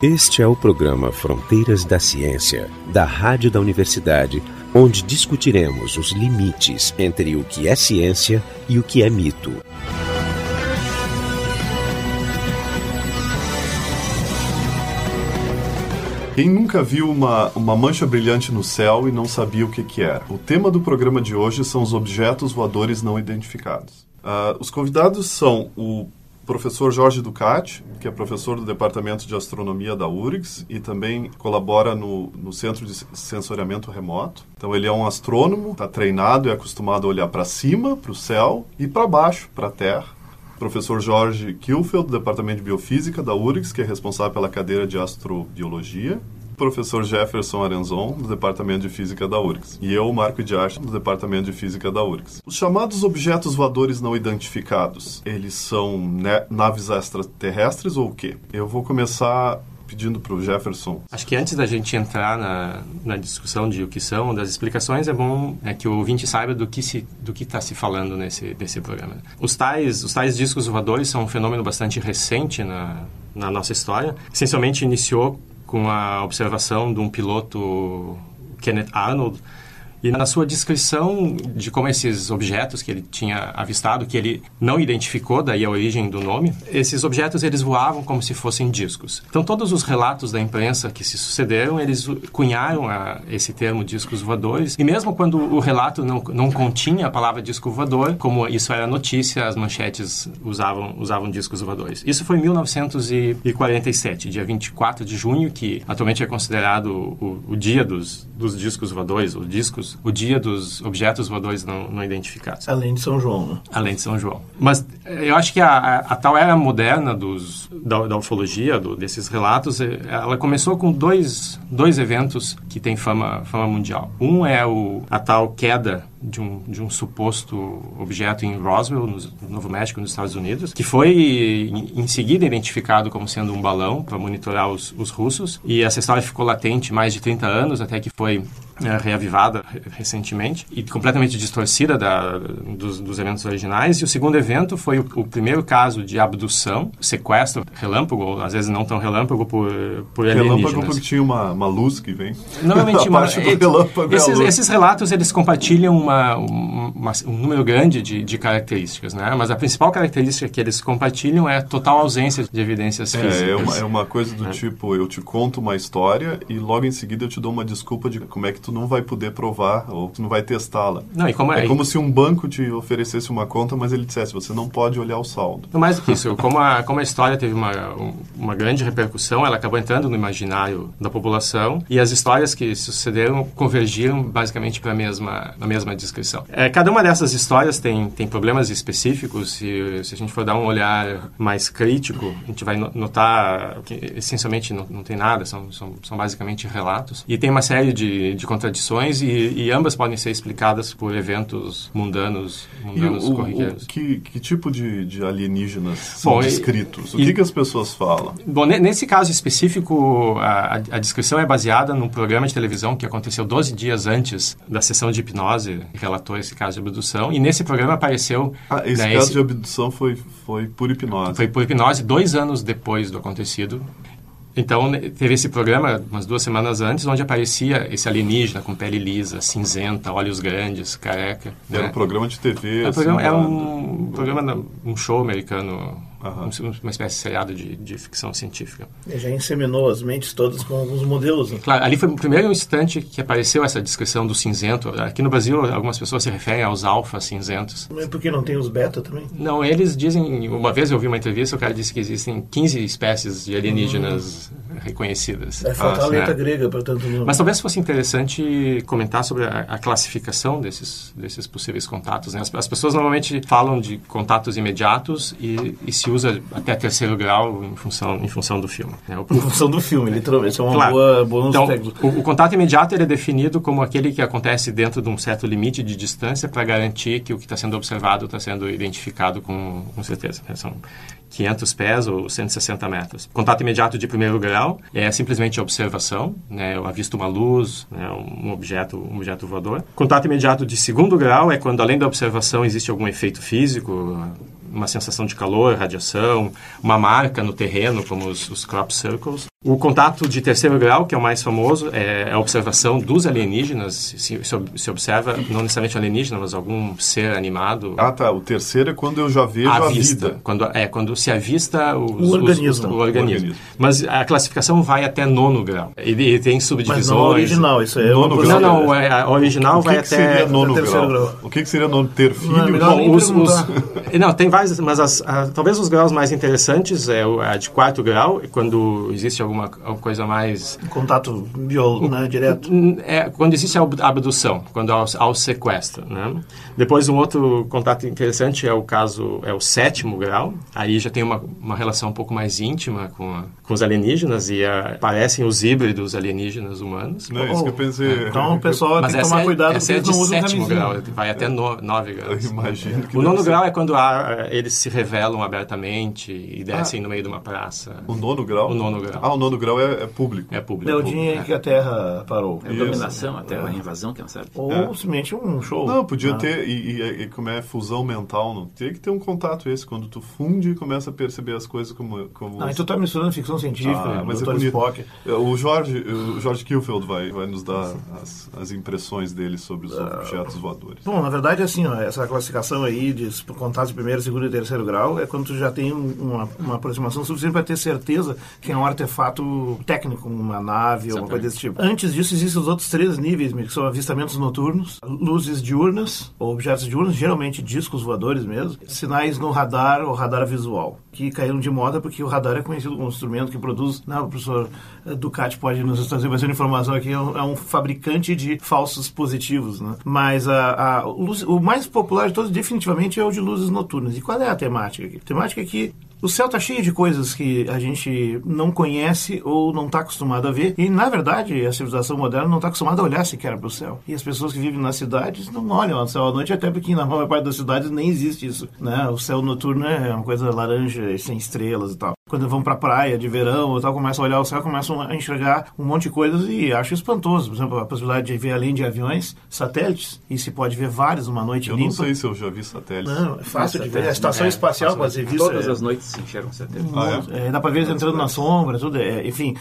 Este é o programa Fronteiras da Ciência, da Rádio da Universidade, onde discutiremos os limites entre o que é ciência e o que é mito. Quem nunca viu uma mancha brilhante no céu e não sabia o que era? O tema do programa de hoje são os objetos voadores não identificados. Os convidados são o professor Jorge Ducati, que é professor do Departamento de Astronomia da URGS e também colabora no Centro de Sensoriamento Remoto. Então ele é um astrônomo, está treinado e acostumado a olhar para cima, para o céu, e para baixo, para a Terra. Professor Jorge Kilfeld, do Departamento de Biofísica da URGS, que é responsável pela cadeira de Astrobiologia. Professor Jefferson Arenzon, do Departamento de Física da URGS. E eu, Marco Diacho, do Departamento de Física da URGS. Os chamados objetos voadores não identificados, eles são naves extraterrestres ou o quê? Eu vou começar pedindo para o Jefferson. Acho que antes da gente entrar na discussão de o que são, das explicações, é bom que o ouvinte saiba do que está se falando nesse programa. Os tais discos voadores são um fenômeno bastante recente na nossa história. Essencialmente iniciou com a observação de um piloto, Kenneth Arnold, e na sua descrição de como esses objetos que ele tinha avistado, que ele não identificou, daí a origem do nome, esses objetos eles voavam como se fossem discos. Então todos os relatos da imprensa que se sucederam, eles cunharam esse termo discos voadores, e mesmo quando o relato não continha a palavra disco voador, como isso era notícia, as manchetes usavam discos voadores. Isso foi em 1947, dia 24 de junho, que atualmente é considerado o dia dos discos voadores, o dia dos objetos voadores não identificados. Além de São João, né? Além de São João. Mas eu acho que a tal era moderna da ufologia, desses relatos, ela começou com dois eventos que têm fama mundial. Um é a tal queda de um suposto objeto em Roswell, no Novo México, nos Estados Unidos, que foi em seguida identificado como sendo um balão para monitorar os russos, e essa história ficou latente mais de 30 anos, até que foi reavivada recentemente e completamente distorcida dos eventos originais. E o segundo evento foi o primeiro caso de abdução, sequestro relâmpago, ou às vezes não tão relâmpago, por alienígenas. Relâmpago porque tinha uma luz que vem. Normalmente, relâmpago esses relatos eles compartilham um número grande de características, né? Mas a principal característica que eles compartilham é a total ausência de evidências físicas. É uma coisa do tipo, eu te conto uma história e logo em seguida eu te dou uma desculpa de como é que tu não vai poder provar ou tu não vai testá-la. Não, e é como se um banco te oferecesse uma conta, mas ele dissesse, você não pode olhar o saldo. Não, mais do que isso, como a história teve uma grande repercussão, ela acabou entrando no imaginário da população e as histórias que sucederam convergiram basicamente para a mesma descrição. Cada uma dessas histórias tem problemas específicos. Se a gente for dar um olhar mais crítico, a gente vai notar que essencialmente não tem nada, são basicamente relatos. E tem uma série de contradições e ambas podem ser explicadas por eventos mundanos corriqueiros. Que tipo de alienígenas são descritos? O que as pessoas falam? Bom, nesse caso específico, a descrição é baseada num programa de televisão que aconteceu 12 dias antes da sessão de hipnose que relatou esse caso de abdução. E nesse programa apareceu... Esse caso de abdução foi por hipnose. Foi por hipnose 2 anos depois do acontecido. Então, teve esse programa, umas 2 semanas antes, onde aparecia esse alienígena com pele lisa, cinzenta, olhos grandes, careca. Era um programa de TV. Era um show americano, uma espécie de seriado de ficção científica. E já inseminou as mentes todas com alguns modelos. Né? Claro, ali foi o primeiro instante que apareceu essa descrição do cinzento. Aqui no Brasil, algumas pessoas se referem aos alfa cinzentos. Mas por que não tem os beta também? Não, eles dizem... Uma vez eu vi uma entrevista, o cara disse que existem 15 espécies de alienígenas reconhecidas. Falta a letra grega para tanto número. Mas talvez fosse interessante comentar sobre a classificação desses possíveis contatos. Né? As pessoas normalmente falam de contatos imediatos e se usa até 3º grau em função do filme. Né? Em função do filme, literalmente. É uma boa então, o contato imediato ele é definido como aquele que acontece dentro de um certo limite de distância para garantir que o que está sendo observado está sendo identificado com certeza. Né? São 500 pés ou 160 metros. Contato imediato de 1º grau é simplesmente observação, né? Eu avisto uma luz, né? um objeto voador. Contato imediato de 2º grau é quando, além da observação, existe algum efeito físico, uma sensação de calor, radiação, uma marca no terreno, como os crop circles. O contato de terceiro grau, que é o mais famoso, é a observação dos alienígenas. Se observa, não necessariamente alienígena, mas algum ser animado. Ah, tá. O terceiro é quando eu já vejo a vida. Quando se avista o organismo. Mas a classificação vai até 9º grau. Ele tem subdivisões. Mas não original, isso é... Nono grau. Não, a original vai até... seria 9º grau? O que seria nono? Ter filho? Não, tem vários, mas talvez os graus mais interessantes é a de 4º grau, quando existe alguma coisa mais... Contato direto. Quando existe a abdução, quando há o sequestro, né? Depois, um outro contato interessante é o 7º grau. Aí já tem uma relação um pouco mais íntima com os alienígenas e aparecem os híbridos alienígenas humanos. Não, isso que eu pensei. Então o pessoal tem que tomar cuidado porque eles não usam camisinha. 7º grau, vai até 9 graus. Eu imagino que o 9º grau é quando eles se revelam abertamente e descem no meio de uma praça. O 9º grau? O 9º grau. O 9º grau é público. É público. É o dia que a Terra parou. É a dominação, a Terra, a invasão, que não sabe. Ou simplesmente um show. Não, podia ter, e como é fusão mental, não tem que ter um contato esse, quando tu funde e começa a perceber as coisas como tu tá misturando ficção científica, mas é bonito. Spock. O George Kilfield vai nos dar as impressões dele sobre os objetos voadores. Bom, na verdade, assim, essa classificação aí de contatos de 1º, 2º e 3º grau é quando tu já tem uma aproximação suficiente para ter certeza que é um artefato técnico, uma nave ou uma coisa desse tipo. Antes disso, existem os outros 3 níveis, que são avistamentos noturnos, luzes diurnas, ou objetos diurnos, geralmente discos voadores mesmo, sinais no radar ou radar visual, que caíram de moda porque o radar é conhecido como um instrumento que produz... Não, o professor Ducati pode nos trazer bastante informação aqui, é um fabricante de falsos positivos, né? Mas o mais popular de todos definitivamente é o de luzes noturnas. E qual é a temática aqui? A temática é que o céu está cheio de coisas que a gente não conhece ou não está acostumado a ver. E, na verdade, a civilização moderna não está acostumada a olhar sequer para o céu. E as pessoas que vivem nas cidades não olham ao céu à noite, até porque na maior parte das cidades nem existe isso, né? O céu noturno é uma coisa laranja, sem estrelas e tal. Quando vão pra praia de verão e tal, começam a olhar o céu, começam a enxergar um monte de coisas e acho espantoso. Por exemplo, a possibilidade de ver, além de aviões, satélites. E se pode ver vários uma noite limpa. Eu não sei se eu já vi satélites. Não, é fácil de ver. A estação espacial pode ser vista. Todas as noites se enxergam satélites. Dá pra ver eles entrando na sombra, tudo. Enfim,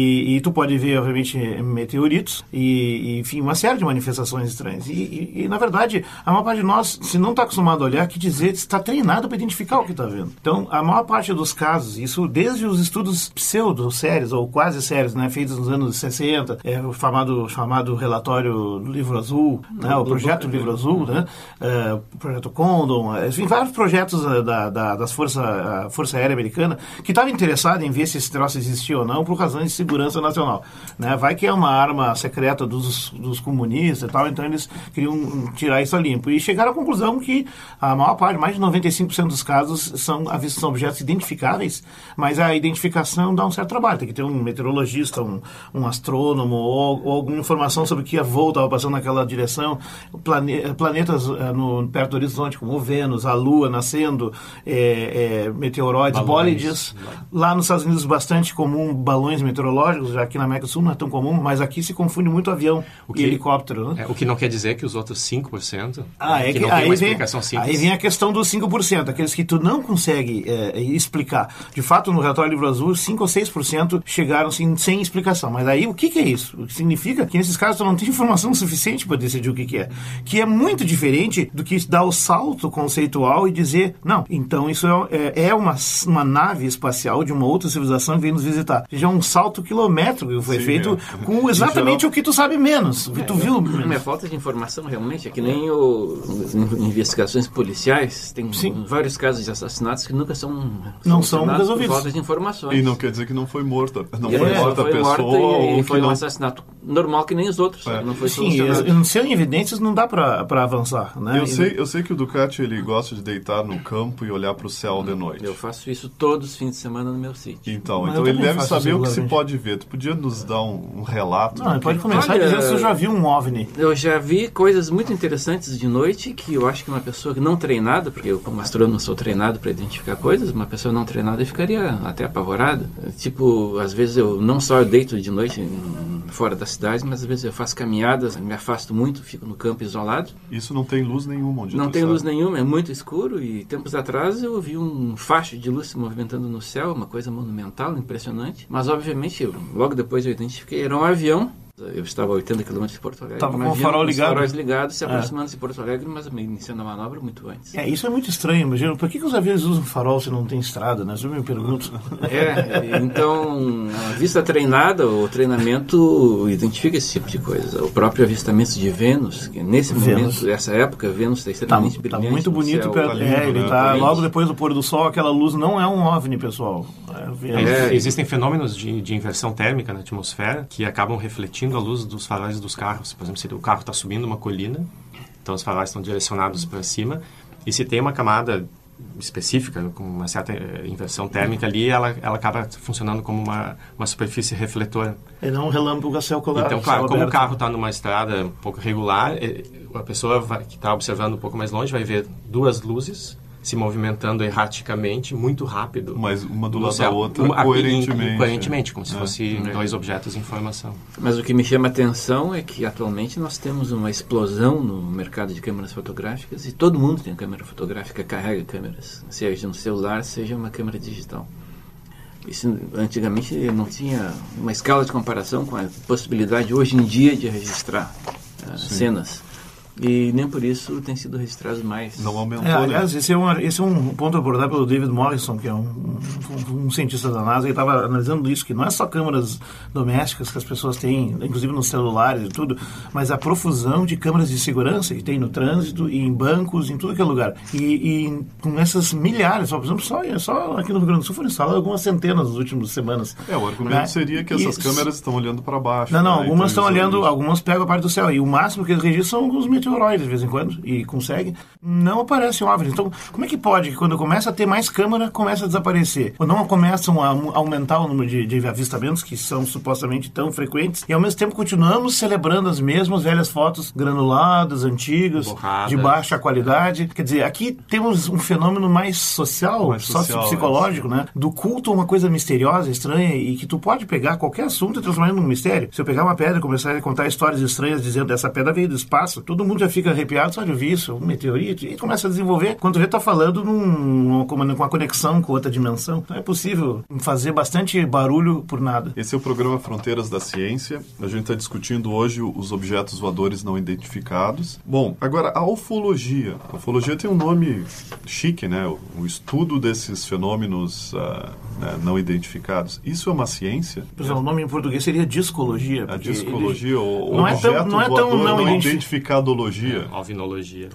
e tu pode ver, obviamente, meteoritos e, enfim, uma série de manifestações estranhas. E, na verdade, a maior parte de nós, se não está acostumado a olhar, quer dizer, está treinado para identificar o que está vendo. Então, a maior parte dos casos, isso desde os estudos pseudo-sérios ou quase sérios, né, feitos nos anos 60, o chamado relatório do Livro Azul, né, o projeto Livro Azul, né, o projeto Condon, enfim, vários projetos da Força Aérea Americana que estavam interessados em ver se esse troço existia ou não por razões de segurança nacional. Né? Vai que é uma arma secreta dos comunistas e tal, então eles queriam tirar isso a limpo. E chegaram à conclusão que a maior parte, mais de 95% dos casos, são objetos identificáveis, mas a identificação dá um certo trabalho. Tem que ter um meteorologista, um astrônomo ou alguma informação sobre que voo estava passando naquela direção, planetas perto do horizonte, como o Vênus, a Lua nascendo, meteoroides, bólides. Lá nos Estados Unidos bastante comum balões meteorológicos, já aqui na América do Sul não é tão comum, mas aqui se confunde muito avião e helicóptero. Né? O que não quer dizer que os outros 5%, que não tem uma explicação simples. Aí vem a questão dos 5%, aqueles que tu não consegue explicar. De fato, no relatório Livro Azul, 5 ou 6% chegaram sem explicação. Mas aí, o que é isso? O que significa que, nesses casos, tu não tem informação suficiente para decidir o que é. Que é muito diferente do que dar o salto conceitual e dizer, não, então isso é uma nave espacial de uma outra civilização que vem nos visitar. Ou seja, um salto quilométrico que foi feito com exatamente o que tu sabe menos, o que tu viu menos. É falta de informação, realmente. É que nem investigações policiais, tem vários casos de assassinatos que nunca são resolvidos. Por falta de informações. E não quer dizer que não foi morta. Não foi morta a pessoa. E foi um assassinato normal que nem os outros. Não foi solucionado. Sem evidências não dá para avançar. Né? Eu sei que o Ducati ele gosta de deitar no campo e olhar para o céu de noite. Eu faço isso todos os fins de semana no meu sítio. Então ele deve saber o que se pode ver. Tu podia nos dar um relato? Não, ele pode começar dizendo se eu já vi um OVNI. Eu já vi coisas muito interessantes de noite que eu acho que uma pessoa que não treinada, porque eu como astrônomo sou treinado para identificar coisas, uma pessoa não treinada ficaria até apavorada. Tipo, às vezes eu não só deito de noite fora da cidade, mas às vezes eu faço caminhadas, me afasto muito, fico no campo isolado. Isso não tem luz nenhuma onde Não tem luz nenhuma, é muito escuro, e tempos atrás eu vi um facho de luz se movimentando no céu, uma coisa monumental, impressionante, mas obviamente, logo depois eu identifiquei, era um avião. Eu estava a 80 km de Porto Alegre. Estava com o farol ligado. Os faróis ligados, se aproximando de Porto Alegre, mas iniciando a manobra muito antes. Isso é muito estranho, imagina. Por que os aviões usam farol se não tem estrada, né? Eu me pergunto. Então, a vista treinada, o treinamento identifica esse tipo de coisa. O próprio avistamento de Vênus, que nesse momento, nessa época, Vênus está extremamente brilhante. Está muito bonito. Ele está logo depois do pôr do sol, aquela luz não é um OVNI, pessoal. Existem fenômenos de inversão térmica na atmosfera que acabam refletindo a luz dos faróis dos carros. Por exemplo, se o carro está subindo uma colina, então os faróis estão direcionados para cima, e se tem uma camada específica, com uma certa inversão térmica ali, ela acaba funcionando como uma superfície refletora. E não um relâmpago a céu colado. Então, claro, como o carro está numa estrada um pouco regular, a pessoa que está observando um pouco mais longe vai ver duas luzes se movimentando erraticamente, muito rápido. Mas uma do lado da outra, coerentemente. Coerentemente, como se fossem dois objetos em formação. Mas o que me chama a atenção é que atualmente nós temos uma explosão no mercado de câmeras fotográficas e todo mundo tem câmera fotográfica, carrega câmeras, seja no celular, seja uma câmera digital. Isso antigamente não tinha uma escala de comparação com a possibilidade hoje em dia de registrar cenas. E nem por isso tem sido registrado mais. Não aumentou. Aliás, esse é um ponto abordado pelo David Morrison, que é um cientista da NASA, e estava analisando isso, que não é só câmeras domésticas que as pessoas têm, inclusive nos celulares e tudo, mas a profusão de câmeras de segurança que tem no trânsito e em bancos, em tudo que é lugar. E com essas milhares, por exemplo, só aqui no Rio Grande do Sul foram instaladas algumas centenas nas últimas semanas. O argumento seria que essas câmeras estão olhando para baixo. Não, algumas estão olhando, algumas pegam a parte do céu, e o máximo que eles registram são os meteoróides de vez em quando, e conseguem, não aparece um OVNI. Então, como é que pode que quando começa a ter mais câmera, começa a desaparecer? Ou não começam a aumentar o número de avistamentos, que são supostamente tão frequentes, e ao mesmo tempo continuamos celebrando as mesmas velhas fotos granuladas, antigas, borradas, de baixa qualidade. Quer dizer, aqui temos um fenômeno mais social, sociopsicológico, né? Do culto a uma coisa misteriosa, estranha, e que tu pode pegar qualquer assunto e transformar num mistério. Se eu pegar uma pedra e começar a contar histórias estranhas dizendo essa pedra veio do espaço, todo mundo já fica arrepiado, só de ouvir isso, um meteorito, e começa a desenvolver. Quando vê, tá falando com uma conexão com outra dimensão. Então é possível fazer bastante barulho por nada. Esse é o programa Fronteiras da Ciência. A gente está discutindo hoje os objetos voadores não identificados. Bom, agora a ufologia. A ufologia tem um nome chique, né? O estudo desses fenômenos não identificados. Isso é uma ciência? O nome em português seria discologia. A discologia, ou não objeto não é tão não identificadologia. Ovinologia.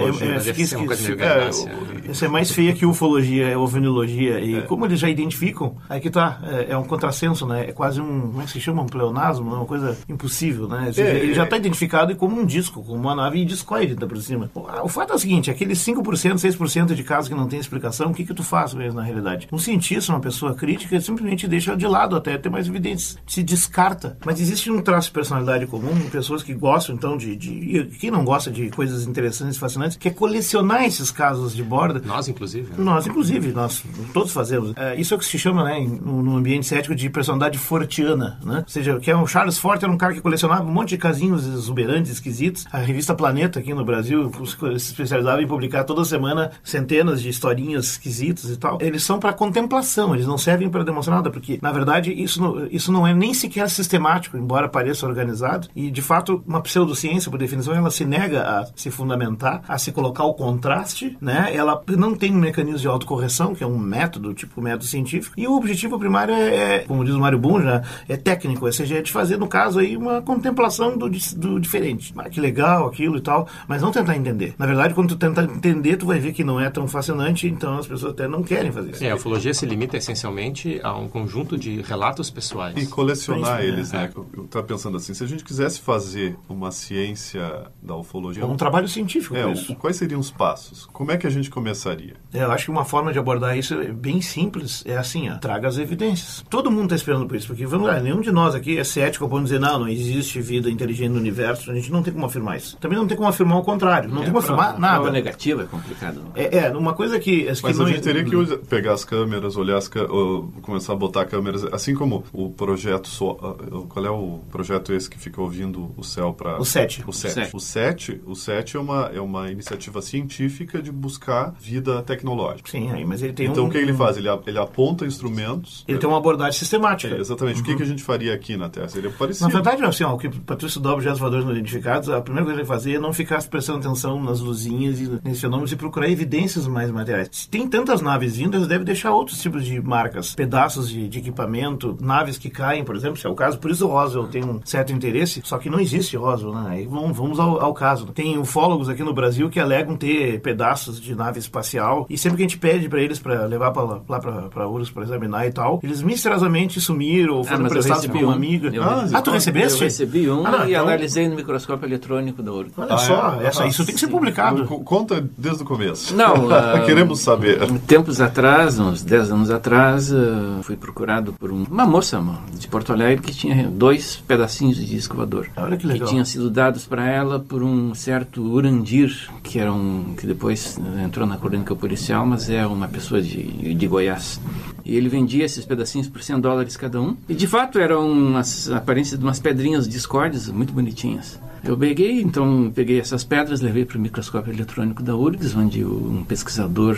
Essa é mais feia que ufologia, é ovinologia. E como eles já identificam, aí que tá, é um contrassenso, né? É quase como é que se chama? Um pleonasmo, né? Uma coisa impossível, né? Ele já está identificado como um disco, como uma nave discoide tá por cima. O fato é o seguinte, aqueles 5%, 6% de casos que não tem explicação, o que tu faz mesmo na realidade? Um cientista, uma pessoa crítica, simplesmente deixa de lado até ter mais evidências, se descarta. Mas existe um traço de personalidade comum, pessoas que gostam, então, quem não gosta de coisas interessantes e fascinantes, que é colecionar esses casos de borda. Nós, inclusive, nós todos fazemos. Isso é o que se chama, né, no ambiente cético, de personalidade fortiana, né? Ou seja, que é um Charles Fort, era um cara que colecionava um monte de casinhos exuberantes, esquisitos. A revista Planeta, aqui no Brasil, se especializava em publicar toda semana centenas de historinhas esquisitas e tal. Eles são para contemplação, eles não servem para demonstrar nada, porque, na verdade, isso não é nem sequer sistemático, embora pareça organizado, e, de fato, uma pseudociência, por definição, ela se nega a se fundamentar, a se colocar o contraste, né? Ela não tem um mecanismo de autocorreção, que é um método, tipo método científico, e o objetivo primário como diz o Mário Bunge, né? É técnico, ou seja, é de fazer, no caso, aí, uma contemplação do diferente. Que legal, aquilo e tal, mas não tentar entender. Na verdade, quando tu tentar entender, tu vai ver que não é tão fascinante, então as pessoas até não querem fazer isso. A ufologia se limita essencialmente a um conjunto de relatos pessoais. E colecionar eles, né? Eu estava pensando assim, se a gente quisesse fazer uma ciência da ufologia. É um trabalho científico isso. Quais seriam os passos? Como é que a gente começaria? Eu acho que uma forma de abordar isso bem simples é assim, traga as evidências. Todo mundo está esperando por isso, porque vamos lá, nenhum de nós aqui é cético ao ponto de dizer, não existe vida inteligente no universo, a gente não tem como afirmar isso. Também não tem como afirmar o contrário, não tem como afirmar nada. A prova negativa é complicado. Uma coisa que... Mas a gente teria que pegar as câmeras, olhar começar a botar câmeras, assim como o projeto... Qual é o projeto esse que fica ouvindo o céu para... O SET. O SET é uma iniciativa científica de buscar vida tecnológica. Sim, mas ele tem Então o que ele faz? Ele aponta instrumentos... Ele tem uma abordagem sistemática. Exatamente. O que a gente faria aqui na Terra? Seria parecido. Na verdade, assim, para tu estudar objetos voadores não identificados, a primeira coisa que ele fazer é não ficar prestando atenção nas luzinhas e nesses fenômenos e procurar evidências mais materiais. Se tem tantas naves vindo, eles devem deixar outros tipos de marcas, pedaços de equipamento, naves que caem, por exemplo, se é o caso. Por isso o Roswell tem um certo interesse, só que não existe Roswell, né? Aí vamos ao caso. Tem ufólogos aqui no Brasil que alegam ter pedaços de nave espacial e sempre que a gente pede para eles para levar lá para URSS para examinar e tal, eles misteriosamente sumiram ou foram prestados por uma amiga. Tu recebeste? Eu recebi e analisei no microscópio eletrônico da URGS. Olha só, isso tem que ser publicado. Conta desde o começo. Não, queremos saber. Tempos atrás, uns 10 anos atrás, fui procurado por uma moça de Porto Alegre que tinha 2 pedacinhos de disco voador. Olha que legal. Que tinham sido dados para ela por um certo Urandir, que depois entrou na crônica policial, mas é uma pessoa de Goiás. E ele vendia esses pedacinhos por $100 cada um. E de fato eram as aparências de umas pedrinhas discórdias muito bonitinhas. Eu peguei essas pedras, levei para o microscópio eletrônico da URGS, onde um pesquisador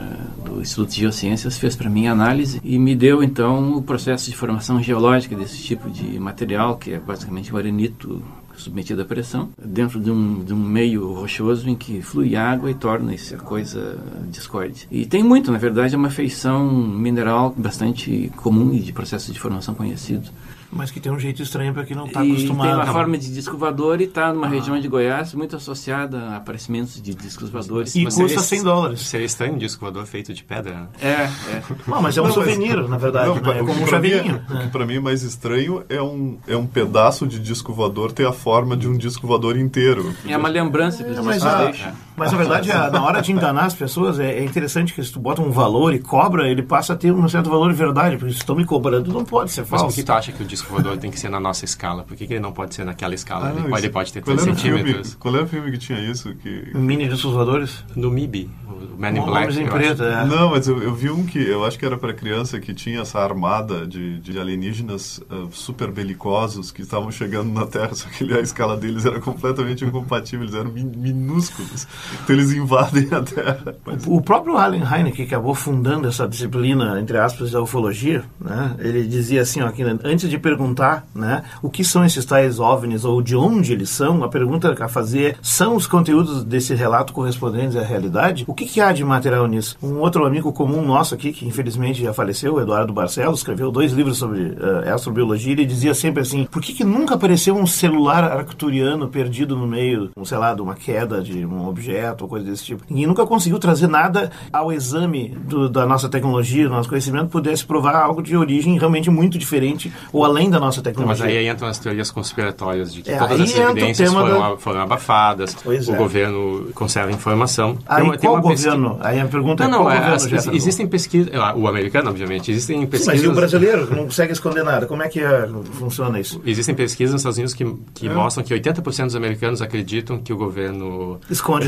do Instituto de Geociências fez para mim a análise e me deu então o processo de formação geológica desse tipo de material, que é basicamente o arenito submetido à pressão, dentro de um meio rochoso em que flui água e torna-se a coisa discorde. E tem muito, na verdade, é uma feição mineral bastante comum e de processo de formação conhecido. Mas que tem um jeito estranho para quem não está acostumado. Tem uma forma de disco voador e está numa região de Goiás muito associada a aparecimentos de discos voadores. E custa $100. Seria estranho um disco voador feito de pedra? Mas é um souvenir, na verdade. É como um chaveirinho. O que para mim é mais estranho é um pedaço de disco voador ter a forma de um disco voador inteiro. É uma lembrança que as pessoas deixam. Mas, na verdade, na hora de enganar as pessoas, é interessante que se tu bota um valor e cobra, ele passa a ter um certo valor de verdade. Porque se estão me cobrando, não pode ser falso. Mas por que tu acha que o disco voador tem que ser na nossa escala? Por que ele não pode ser naquela escala? Ele pode ter 3 centímetros. Qual é o filme que tinha isso? Mini discos voadores? No MIB, o Man in Black. Não, mas eu vi um que eu acho que era para criança que tinha essa armada de alienígenas super belicosos que estavam chegando na Terra, só que a escala deles era completamente incompatível, eles eram minúsculos. Então eles invadem a Terra. O próprio Allen Hynek, que acabou fundando essa disciplina, entre aspas, da ufologia, né, ele dizia assim, que antes de perguntar, né, o que são esses tais OVNIs ou de onde eles são, a pergunta a fazer é, são os conteúdos desse relato correspondentes à realidade? O que há de material nisso? Um outro amigo comum nosso aqui, que infelizmente já faleceu, o Eduardo Barcelos, escreveu 2 livros sobre astrobiologia, e ele dizia sempre assim, por que nunca apareceu um celular arcturiano perdido no meio, sei lá, de uma queda de um objeto ou coisa desse tipo? Ninguém nunca conseguiu trazer nada ao exame da nossa tecnologia, do nosso conhecimento, pudesse provar algo de origem realmente muito diferente ou além da nossa tecnologia. Mas aí entram as teorias conspiratórias de que todas as evidências foram abafadas, o governo conserva informação. Qual governo? Aí a pergunta qual governo? Existem pesquisas, o americano, obviamente, existem pesquisas... Sim, mas e o brasileiro, que não consegue esconder nada? Como é que funciona isso? Existem pesquisas nos Estados Unidos que mostram que 80% dos americanos acreditam que o governo esconde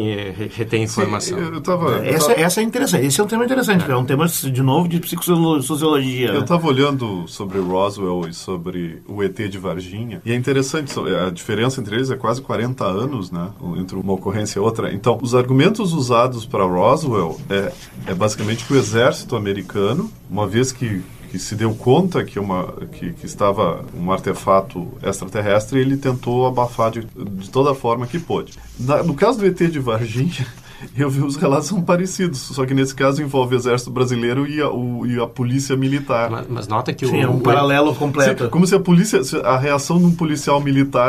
retém informação. Sim, essa é interessante. Esse é um tema interessante, é um tema, de novo, de psicossociologia. Eu estava olhando sobre Roswell e sobre o ET de Varginha, e é interessante, a diferença entre eles é quase 40 anos, né, entre uma ocorrência e outra. Então, os argumentos usados para Roswell é basicamente que o exército americano, uma vez que se deu conta que estava um artefato extraterrestre, ele tentou abafar de toda a forma que pôde. No caso do ET de Varginha, Eu vi os relatos são parecidos, só que nesse caso envolve o Exército Brasileiro e a Polícia Militar. Mas nota que Sim, é um paralelo completo. Como se a reação de um policial militar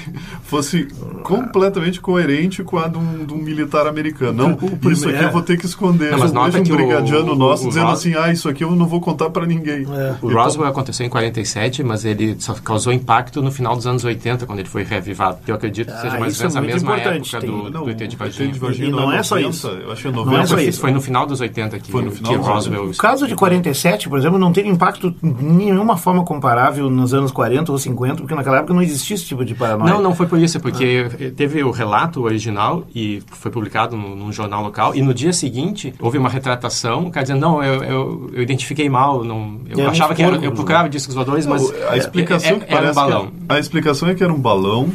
fosse completamente coerente com a de um militar americano. Não, isso aqui eu vou ter que esconder. Não, mas nota que brigadiano nosso dizendo assim, isso aqui eu não vou contar para ninguém. O Roswell aconteceu em 47, mas ele só causou impacto no final dos anos 80, quando ele foi reavivado. Eu acredito que seja mais ou menos a mesma época do ET de Varginha. E não é só isso. Eu achei 90. Foi no final dos 80 que Roswell... O caso de 47, por exemplo, não teve impacto de nenhuma forma comparável nos anos 40 ou 50, porque naquela época não existia esse tipo de paranoia. Não foi por isso, porque teve o relato original e foi publicado num jornal local, e no dia seguinte houve uma retratação, o cara dizendo, não, eu identifiquei mal, eu achava que eu procurava discos voadores, mas a explicação era um balão. A explicação é que era um balão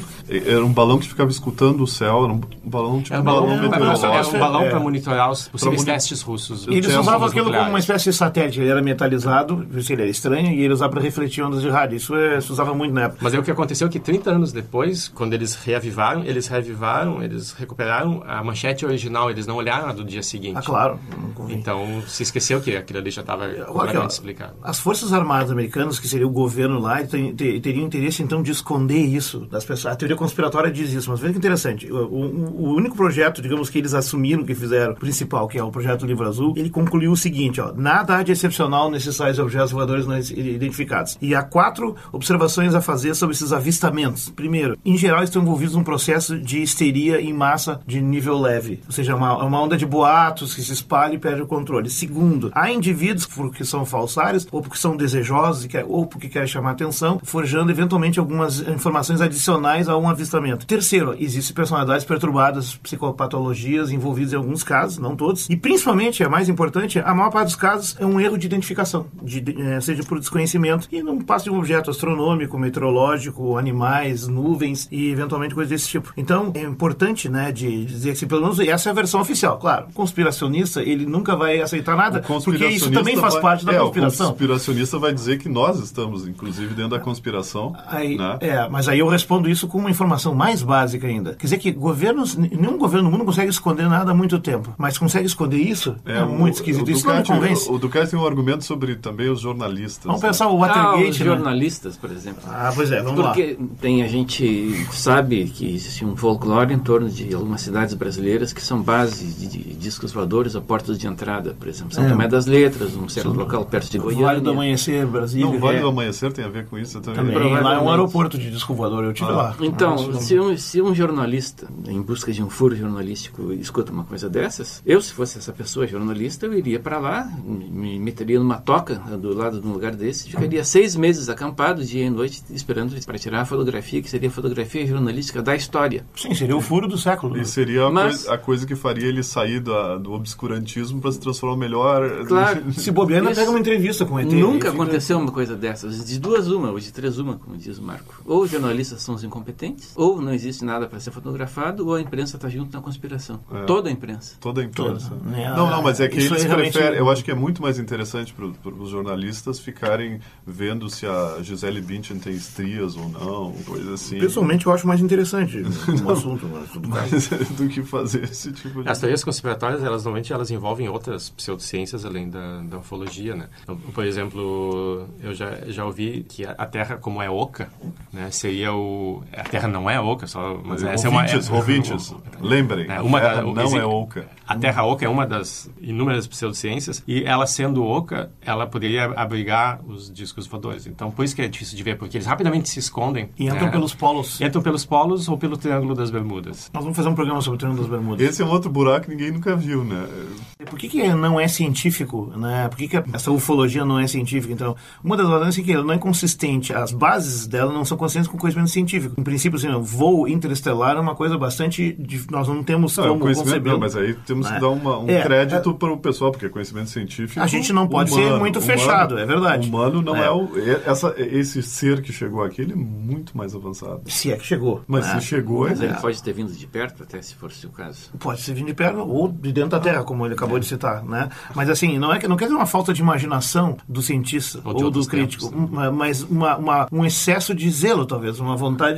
que ficava escutando o céu, era um balão tipo era um balão para monitorar os possíveis testes russos. E eles usavam aquilo como uma espécie de satélite, ele era metalizado, ele era estranho, e ele usava para refletir ondas de rádio. Isso se usava muito na época. Mas aí o que aconteceu é que 30 anos depois, quando eles reavivaram, eles recuperaram a manchete original, eles não olharam a do dia seguinte. Claro. Então, se esqueceu que aquilo ali já estava completamente explicado. As Forças Armadas Americanas, que seria o governo lá, teriam interesse, então, de esconder isso das pessoas. A teoria conspiratória diz isso, mas veja que interessante. O único projeto, digamos, que eles assumiram que fizeram, principal, que é o projeto Livro Azul, ele concluiu o seguinte, nada há de excepcional nesses tais objetos voadores não identificados. E há 4 observações a fazer sobre esses avistamentos. Primeiro, em geral estão envolvidos num processo de histeria em massa de nível leve, ou seja, uma onda de boatos que se espalha e perde o controle. Segundo, há indivíduos porque são falsários, ou porque são desejosos, ou porque querem chamar atenção, forjando eventualmente algumas informações adicionais a um avistamento. Terceiro, existem personalidades perturbadas, psicopatologias envolvidas em alguns casos, não todos, e principalmente, a mais importante, a maior parte dos casos é um erro de identificação, seja por desconhecimento, e não passa de um objeto astronômico, meteorológico, animais, nuvens e eventualmente coisas desse tipo. Então, é importante, de dizer que, pelo menos, essa é a versão oficial. Claro, o conspiracionista, ele nunca vai aceitar nada, porque isso também faz parte da conspiração. O conspiracionista vai dizer que nós estamos, inclusive, dentro da conspiração. Mas aí eu respondo isso com uma informação mais básica ainda. Quer dizer que nenhum governo no mundo consegue esconder nada há muito tempo, mas consegue esconder isso? É muito esquisito. Isso não me convence. O Ducati tem um argumento sobre também os jornalistas. Vamos pensar o Watergate. Os jornalistas, por exemplo. Pois é, vamos lá. Porque a gente sabe que existe um folclore em torno de algumas cidades brasileiras que são bases de discos voadores a portas de entrada, por exemplo, São Tomé das Letras, um certo local perto de Goiânia. Vale do Amanhecer, Brasília. Não, Vale do Amanhecer tem a ver com isso também. Lá é um aeroporto de disco voador, eu estive lá. Então, se um jornalista, em busca de um furo jornalístico, escuta uma coisa dessas, se fosse essa pessoa jornalista, eu iria para lá, me meteria numa toca do lado de um lugar desse, ficaria 6 meses acampado, dia e noite, esperando para tirar a fotografia, que seria a fotografia jornalística da história. Sim, seria o furo do século. E seria a coisa que faria ele sair do obscurantismo para se transformar melhor. Claro. Se bobear, ainda pega uma entrevista com o ET. Nunca aconteceu uma coisa dessas. De 2 uma, ou de 3 uma, como diz o Marco. Ou os jornalistas são os incompetentes, ou não existe nada para ser fotografado, ou a imprensa está junto na conspiração. Toda a imprensa. Toda a imprensa. Não, mas é que eles preferem... Eu acho que é muito mais interessante para os jornalistas ficarem vendo se a Gisele Bündchen tem estrias ou não, coisa assim. Pessoalmente, eu acho mais interessante o assunto, mas do que fazer esse tipo de... As teorias conspiratórias, normalmente elas envolvem outras pseudociências além da ufologia, né? Então, por exemplo, eu já ouvi que a Terra, como é oca, né, seria a Terra não é oca, mas essa ouvintes, lembrem, a Terra não é oca. A Terra oca é uma das inúmeras pseudociências, e ela sendo oca, ela poderia abrigar os discos voadores. Então, por isso que é difícil de ver, porque eles rapidamente se escondem. E entram pelos polos. Entram pelos polos ou pelo Triângulo das Bermudas. Nós vamos fazer um programa sobre o Triângulo das Bermudas. Esse é um outro buraco que ninguém nunca viu, né? Por que não é científico, né? Por que essa ufologia não é científica? Então, uma das razões é que ela não é consistente. As bases dela não são consistentes com o conhecimento científico. Em princípio, assim, voo interestelar é uma coisa bastante... Nós não temos como conceber. Mas aí temos que dar um crédito para o pessoal, porque conhecimento científico... A gente não pode ser muito fechado, é verdade. O humano não esse ser que chegou aqui, ele é muito mais avançado. Se é que chegou. Mas se chegou... Mas ele pode ter vindo de perto, até se fosse o caso. Pode ter vindo de perto ou de dentro da Terra, como ele acabou de citar, né? Mas assim, não quer dizer uma falta de imaginação do cientista ou do crítico, mas um excesso de zelo, talvez, uma vontade de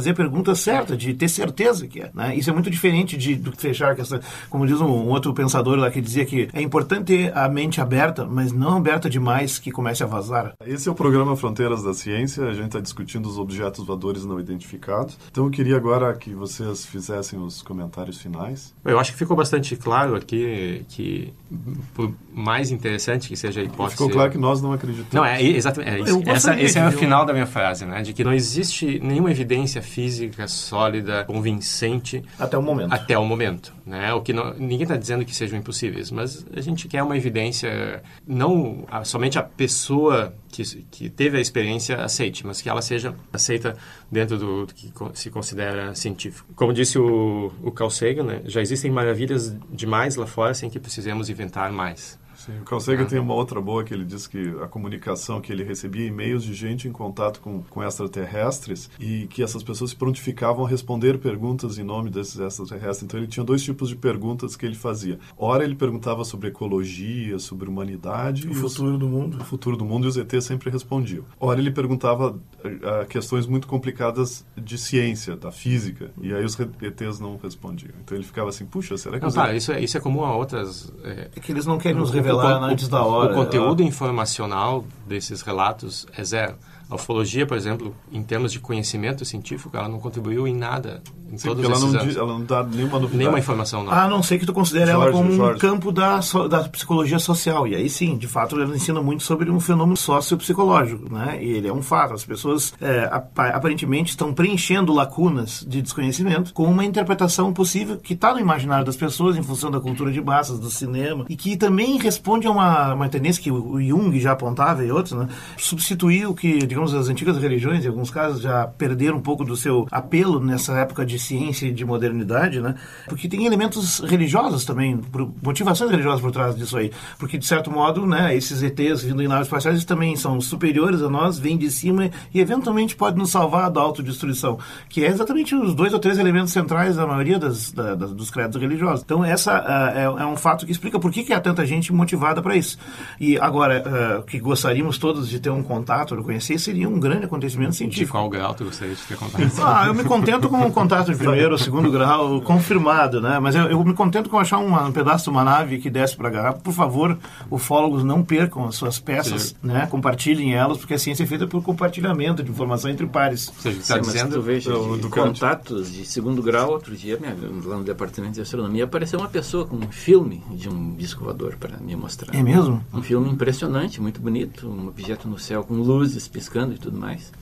fazer a pergunta certa, de ter certeza que é, né? Isso é muito diferente do fechar essa, como diz um outro pensador lá que dizia que é importante ter a mente aberta, mas não aberta demais que comece a vazar. Esse é o programa Fronteiras da Ciência, a gente está discutindo os objetos voadores não identificados. Então eu queria agora que vocês fizessem os comentários finais. Eu acho que ficou bastante claro aqui que, por mais interessante que seja a hipótese... Ficou claro que nós não acreditamos. Não, exatamente. Esse é o final da minha frase, né? De que não existe nenhuma evidência física sólida, convincente... Até o momento. Né? O que ninguém está dizendo que sejam impossíveis, mas a gente quer uma evidência, não somente a pessoa que teve a experiência aceite, mas que ela seja aceita dentro do que se considera científico. Como disse o Carl Sagan, né? Já existem maravilhas demais lá fora sem que precisemos inventar mais. Sim, o Carl Sagan tem uma outra boa que ele diz que a comunicação, que ele recebia e-mails de gente em contato com extraterrestres e que essas pessoas se prontificavam a responder perguntas em nome desses extraterrestres. Então ele tinha 2 tipos de perguntas que ele fazia. Ora ele perguntava sobre ecologia, sobre humanidade. O futuro do mundo. O futuro do mundo, e os ETs sempre respondiam. Ora ele perguntava questões muito complicadas de ciência, da física, e aí os ETs não respondiam. Então ele ficava assim, puxa, será que... Isso é comum a outras... É que eles não querem nos revelar antes da hora. O conteúdo informacional desses relatos é zero. A ufologia, por exemplo, em termos de conhecimento científico, ela não contribuiu em nada em todos esses anos. Ela não dá nenhuma novidade. Nenhuma informação nova. A não ser que tu considere ela como um campo da psicologia social. E aí sim, de fato, ela ensina muito sobre um fenômeno sociopsicológico, né? E ele é um fato. As pessoas aparentemente estão preenchendo lacunas de desconhecimento com uma interpretação possível que está no imaginário das pessoas em função da cultura de massas, do cinema, e que também responde a uma tendência que o Jung já apontava e outros, né? Substituir o que, digamos, as antigas religiões, em alguns casos, já perderam um pouco do seu apelo nessa época de ciência e de modernidade, né? Porque tem elementos religiosos também, motivações religiosas por trás disso aí. Porque, de certo modo, né, esses ETs vindo em naves espaciais também são superiores a nós, vêm de cima e, eventualmente, podem nos salvar da autodestruição, que é exatamente os 2 ou 3 elementos centrais da maioria dos credos religiosos. Então, essa é um fato que explica por que há tanta gente motivada para isso. E, agora, que gostaríamos todos de ter um contato, de conhecer, seria um grande acontecimento científico. De qual grau tu gostaria de ter contato? Eu me contento com um contato de 1º ou 2º grau confirmado, né? Mas eu me contento com achar um pedaço de uma nave que desce para cá. Por favor, ufólogos, não percam as suas peças, né? Compartilhem elas, porque a ciência é feita por compartilhamento de informação entre pares. Ou seja, está dizendo... Eu vejo contatos de 2º grau. Outro dia, lá no departamento de astronomia, apareceu uma pessoa com um filme de um disco voador para me mostrar. É mesmo? Um filme impressionante, muito bonito, um objeto no céu com luzes piscando e tudo mais.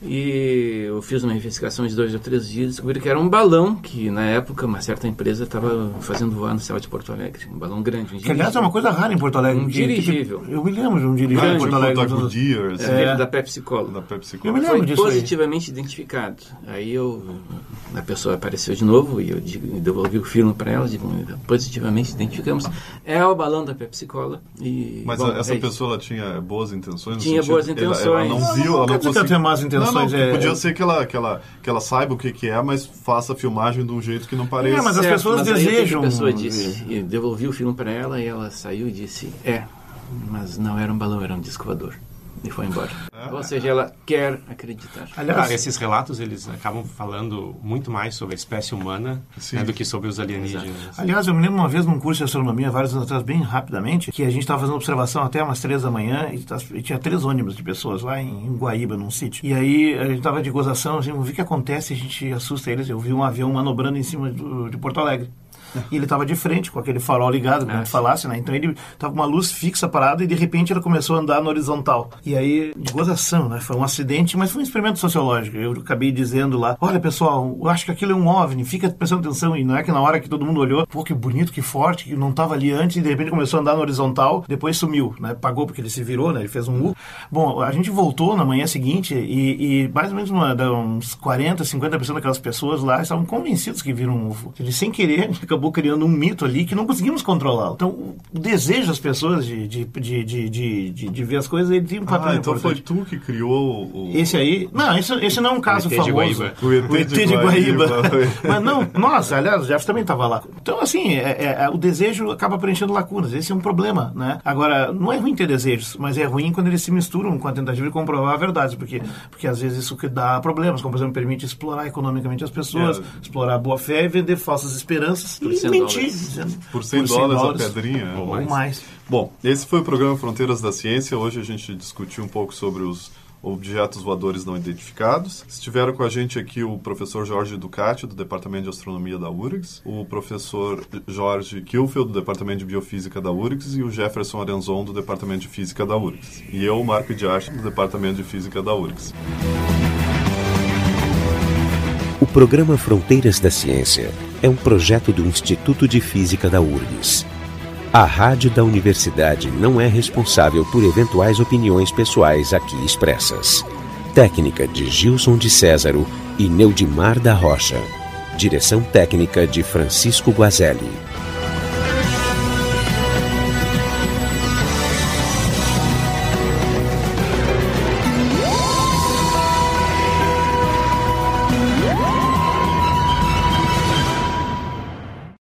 E eu fiz uma investigação de 2 ou 3 dias e descobri que era um balão que, na época, uma certa empresa estava fazendo voar no céu de Porto Alegre. Um balão grande. Que, aliás, é uma coisa rara em Porto Alegre. Um dirigível. Eu me lembro de um dirigível em Porto Alegre. Da Pepsi Cola. Eu me lembro disso. Foi positivamente identificado. Aí a pessoa apareceu de novo e eu devolvi o filme para ela, digo, positivamente identificamos. É o balão da Pepsi Cola. Mas essa pessoa, ela tinha boas intenções? Tinha boas intenções. Ela não viu, ela não conseguiu. Ter más intenções. Podia ser que ela saiba o que é, mas faça a filmagem de um jeito que não pareça. Mas as pessoas desejam. A pessoa disse, e devolvi o filme para ela e ela saiu e disse, mas não era um balão, era um disco voador. E foi embora. Ou seja, ela quer acreditar. Aliás, esses relatos, eles acabam falando muito mais sobre a espécie humana, né, do que sobre os alienígenas. Exato. Aliás, eu me lembro uma vez num curso de astronomia, vários anos atrás, bem rapidamente, que a gente estava fazendo observação até umas 3 da manhã e tinha 3 ônibus de pessoas lá em Guaíba, num sítio. E aí a gente estava de gozação, assim, eu vi o que acontece, a gente assusta eles. Eu vi um avião manobrando em cima de Porto Alegre. E ele estava de frente, com aquele farol ligado, como tu falasse, né? Então ele estava com uma luz fixa parada e de repente ela começou a andar na horizontal. E aí, de gozação, né? Foi um acidente, mas foi um experimento sociológico. Eu acabei dizendo lá, olha pessoal, eu acho que aquilo é um OVNI, fica prestando atenção. E não é que na hora que todo mundo olhou, pô, que bonito, que forte, que não estava ali antes e de repente começou a andar na horizontal, depois sumiu, né? Pagou porque ele se virou, né? Ele fez um U. Bom, a gente voltou na manhã seguinte e mais ou menos uns 40, 50% daquelas pessoas lá estavam convencidos que viram um UFO. Eles sem querer acabou acabou criando um mito ali que não conseguimos controlar. Então, o desejo das pessoas de ver as coisas, ele tem um papel então importante. foi tu que criou o... Esse aí... Não, esse não é um caso famoso. O ET de Guaíba. Mas não, nossa, aliás, o Jeff também estava lá. Então, assim, o desejo acaba preenchendo lacunas. Esse é um problema, né? Agora, não é ruim ter desejos, mas é ruim quando eles se misturam com a tentativa de comprovar a verdade, porque às vezes isso que dá problemas, como, por exemplo, permite explorar economicamente as pessoas, explorar a boa-fé e vender falsas esperanças e mentir. Por $100 a pedrinha. Ou mais. Bom, esse foi o programa Fronteiras da Ciência. Hoje a gente discutiu um pouco sobre os objetos voadores não identificados. Estiveram com a gente aqui o professor Jorge Ducati, do Departamento de Astronomia da URGS, o professor Jorge Kilfield, do Departamento de Biofísica da URGS, e o Jefferson Arenzon, do Departamento de Física da URGS. E eu, Marco Diarte, do Departamento de Física da URGS. O programa Fronteiras da Ciência é um projeto do Instituto de Física da URGS. A rádio da universidade não é responsável por eventuais opiniões pessoais aqui expressas. Técnica de Gilson de Césaro e Neudimar da Rocha. Direção técnica de Francisco Guazelli.